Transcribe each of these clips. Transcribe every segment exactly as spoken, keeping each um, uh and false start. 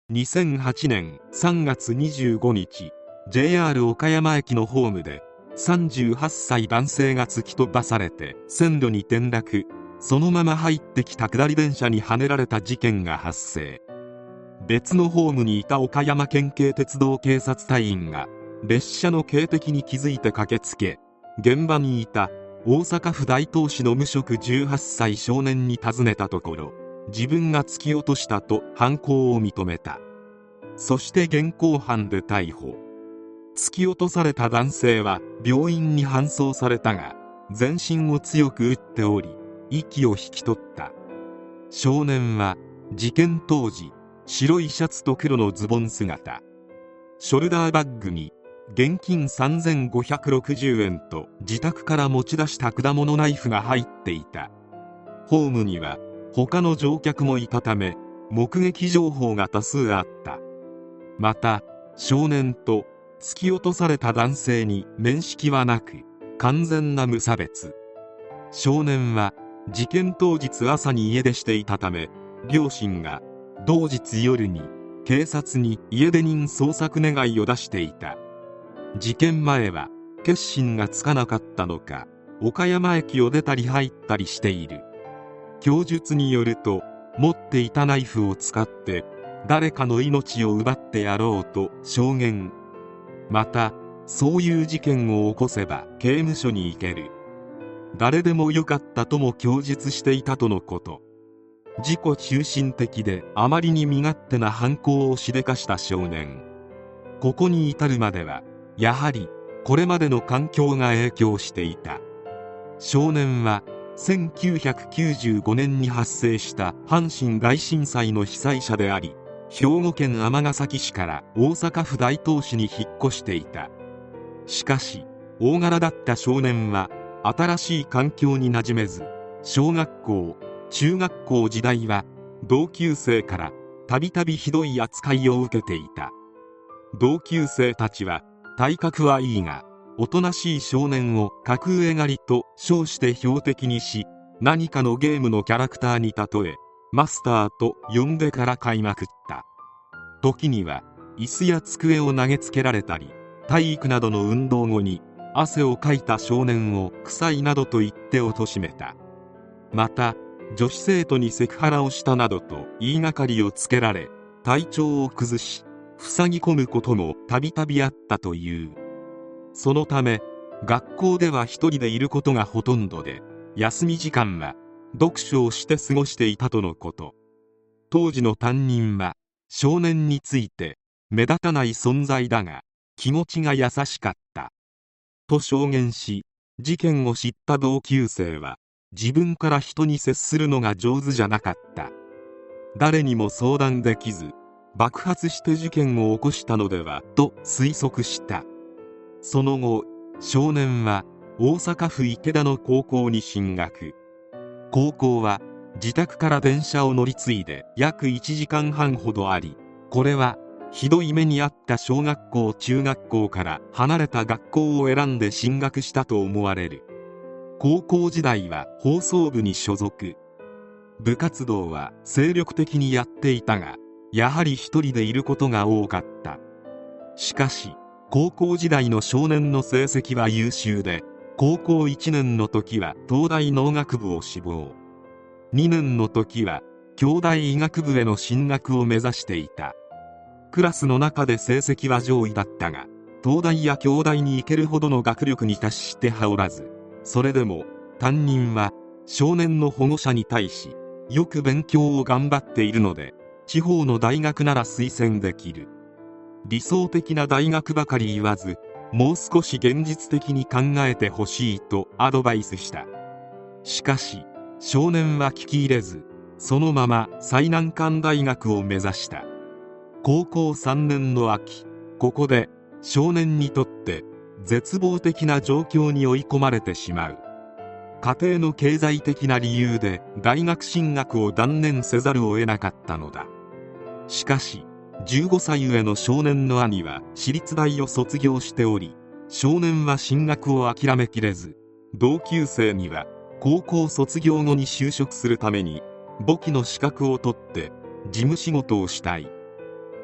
にせんはちねんさんがつにじゅうごにち、 ジェイアール 岡山駅のホームでさんじゅうはっさい男性が突き飛ばされて線路に転落、そのまま入ってきた下り電車にはねられた事件が発生。別のホームにいた岡山県警鉄道警察隊員が列車の警笛に気づいて駆けつけ、現場にいた大阪府大東市の無職じゅうはっさい少年に尋ねたところ、自分が突き落としたと犯行を認めた。そして現行犯で逮捕。突き落とされた男性は病院に搬送されたが、全身を強く打っており息を引き取った。少年は事件当時、白いシャツと黒のズボン姿、ショルダーバッグに現金さんぜんごひゃくろくじゅうえんと自宅から持ち出した果物ナイフが入っていた。ホームには他の乗客もいたため目撃情報が多数あった。また少年と突き落とされた男性に面識はなく、完全な無差別。少年は事件当日朝に家出していたため、両親が同日夜に警察に家出人捜索願いを出していた。事件前は決心がつかなかったのか、岡山駅を出たり入ったりしている。供述によると、持っていたナイフを使って誰かの命を奪ってやろうと証言。また、そういう事件を起こせば刑務所に行ける、誰でもよかったとも供述していたとのこと。自己中心的であまりに身勝手な犯行をしでかした少年。ここに至るまではやはりこれまでの環境が影響していた。少年はせんきゅうひゃくきゅうじゅうごねんに発生した阪神大震災の被災者であり、兵庫県尼崎市から大阪府大東市に引っ越していた。しかし大柄だった少年は新しい環境に馴染めず、小学校中学校時代は同級生からたびたびひどい扱いを受けていた。同級生たちは体格はいいがおとなしい少年を格上狩りと称して標的にし、何かのゲームのキャラクターに例えマスターと呼んでからかいまくった。時には椅子や机を投げつけられたり、体育などの運動後に汗をかいた少年を臭いなどと言って貶めた。また女子生徒にセクハラをしたなどと言いがかりをつけられ、体調を崩し塞ぎ込むこともたびたびあったという。そのため学校では一人でいることがほとんどで、休み時間は読書をして過ごしていたとのこと。当時の担任は少年について目立たない存在だが気持ちが優しかったと証言し、事件を知った同級生は自分から人に接するのが上手じゃなかった、誰にも相談できず爆発して事件を起こしたのではと推測した。その後少年は大阪府池田の高校に進学。高校は自宅から電車を乗り継いで約いちじかんはんほどあり、これはひどい目にあった小学校中学校から離れた学校を選んで進学したと思われる。高校時代は放送部に所属。部活動は精力的にやっていたが、やはり一人でいることが多かった。しかし高校時代の少年の成績は優秀で、高校いちねんの時は東大農学部を志望、にねんの時は京大医学部への進学を目指していた。クラスの中で成績は上位だったが、東大や京大に行けるほどの学力に達してはおらず、それでも担任は少年の保護者に対し、よく勉強を頑張っているので地方の大学なら推薦できる、理想的な大学ばかり言わずもう少し現実的に考えてほしいとアドバイスした。しかし少年は聞き入れず、そのまま最難関大学を目指した。高校さんねんの秋、ここで少年にとって絶望的な状況に追い込まれてしまう。家庭の経済的な理由で大学進学を断念せざるを得なかったのだ。しかしじゅうごさい上の少年の兄は私立大を卒業しており、少年は進学を諦めきれず、同級生には高校卒業後に就職するために簿記の資格を取って事務仕事をしたい、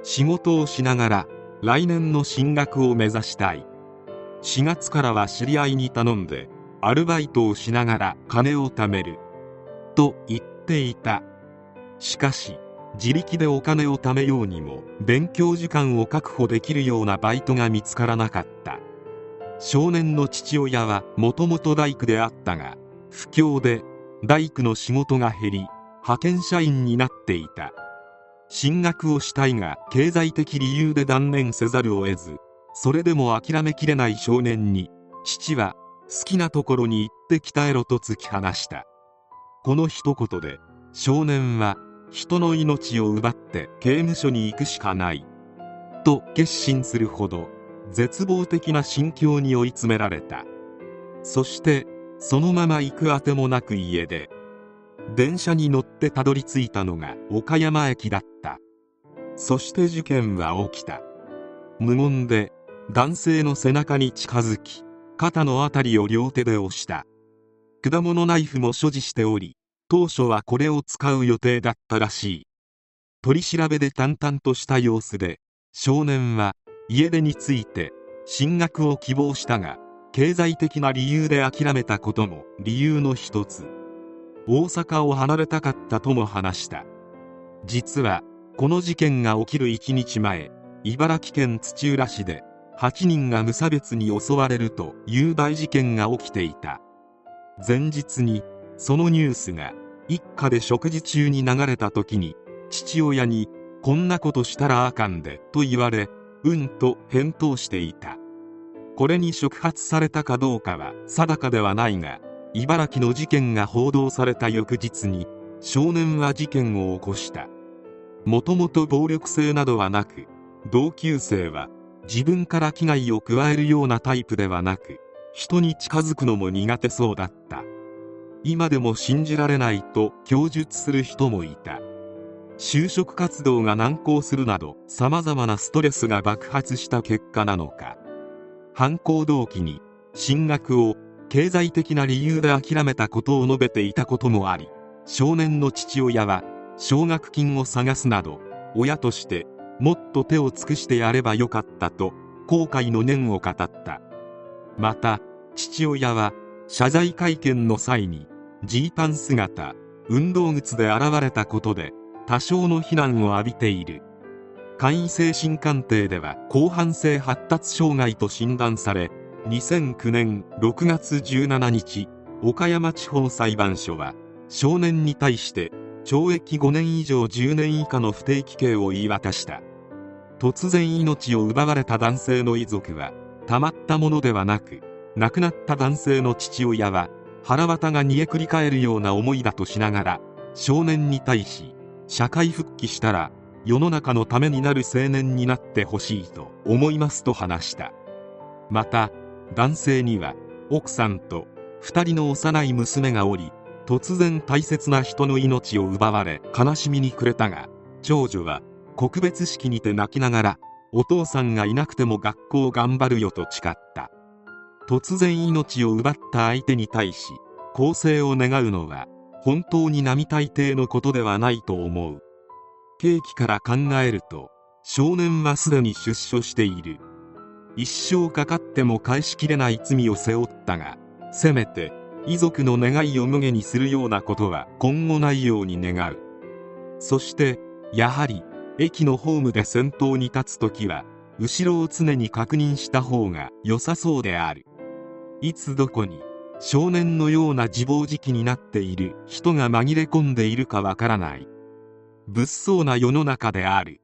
仕事をしながら来年の進学を目指したい。しがつからは知り合いに頼んでアルバイトをしながら金を貯めると言っていた。しかし自力でお金を貯めようにも勉強時間を確保できるようなバイトが見つからなかった。少年の父親はもともと大工であったが、不況で大工の仕事が減り派遣社員になっていた。進学をしたいが経済的理由で断念せざるを得ず、それでも諦めきれない少年に父は好きなところに行って鍛えろと突き放した。この一言で少年は人の命を奪って刑務所に行くしかないと決心するほど絶望的な心境に追い詰められた。そしてそのまま行くあてもなく家で電車に乗ってたどり着いたのが岡山駅だった。そして事件は起きた。無言で男性の背中に近づき肩のあたりを両手で押した。果物ナイフも所持しており、当初はこれを使う予定だったらしい。取り調べで淡々とした様子で少年は家出について進学を希望したが経済的な理由で諦めたことも理由の一つ、大阪を離れたかったとも話した。実はこの事件が起きるいちにちまえ、茨城県土浦市ではちにんが無差別に襲われるという大事件が起きていた。前日にそのニュースが一家で食事中に流れた時に父親にこんなことしたらあかんでと言われ、うんと返答していた。これに触発されたかどうかは定かではないが、茨城の事件が報道された翌日に少年は事件を起こした。もともと暴力性などはなく、同級生は自分から危害を加えるようなタイプではなく、人に近づくのも苦手そうだった。今でも信じられないと供述する人もいた。就職活動が難航するなど様々なストレスが爆発した結果なのか、犯行動機に進学を経済的な理由で諦めたことを述べていたこともあり、少年の父親は奨学金を探すなど親としてもっと手を尽くしてやればよかったと後悔の念を語った。また父親は謝罪会見の際にジーパン姿、運動靴で現れたことで多少の非難を浴びている。簡易精神鑑定では広範性発達障害と診断され、にせんきゅうねんろくがつじゅうしちにち岡山地方裁判所は少年に対して懲役ごねん以上じゅうねん以下の不定期刑を言い渡した。突然命を奪われた男性の遺族はたまったものではなく、亡くなった男性の父親は腹渡が煮えくり返るような思いだとしながら、少年に対し社会復帰したら世の中のためになる青年になってほしいと思いますと話した。また男性には奥さんとふたりの幼い娘がおり、突然大切な人の命を奪われ悲しみに暮れたが、長女は告別式にて泣きながらお父さんがいなくても学校頑張るよと誓った。突然命を奪った相手に対し更生を願うのは本当に並大抵のことではないと思う。刑期から考えると少年はすでに出所している。一生かかっても返しきれない罪を背負ったが、せめて遺族の願いを無下にするようなことは今後ないように願う。そしてやはり駅のホームで先頭に立つときは後ろを常に確認した方が良さそうである。いつどこに少年のような自暴自棄になっている人が紛れ込んでいるかわからない物騒な世の中である。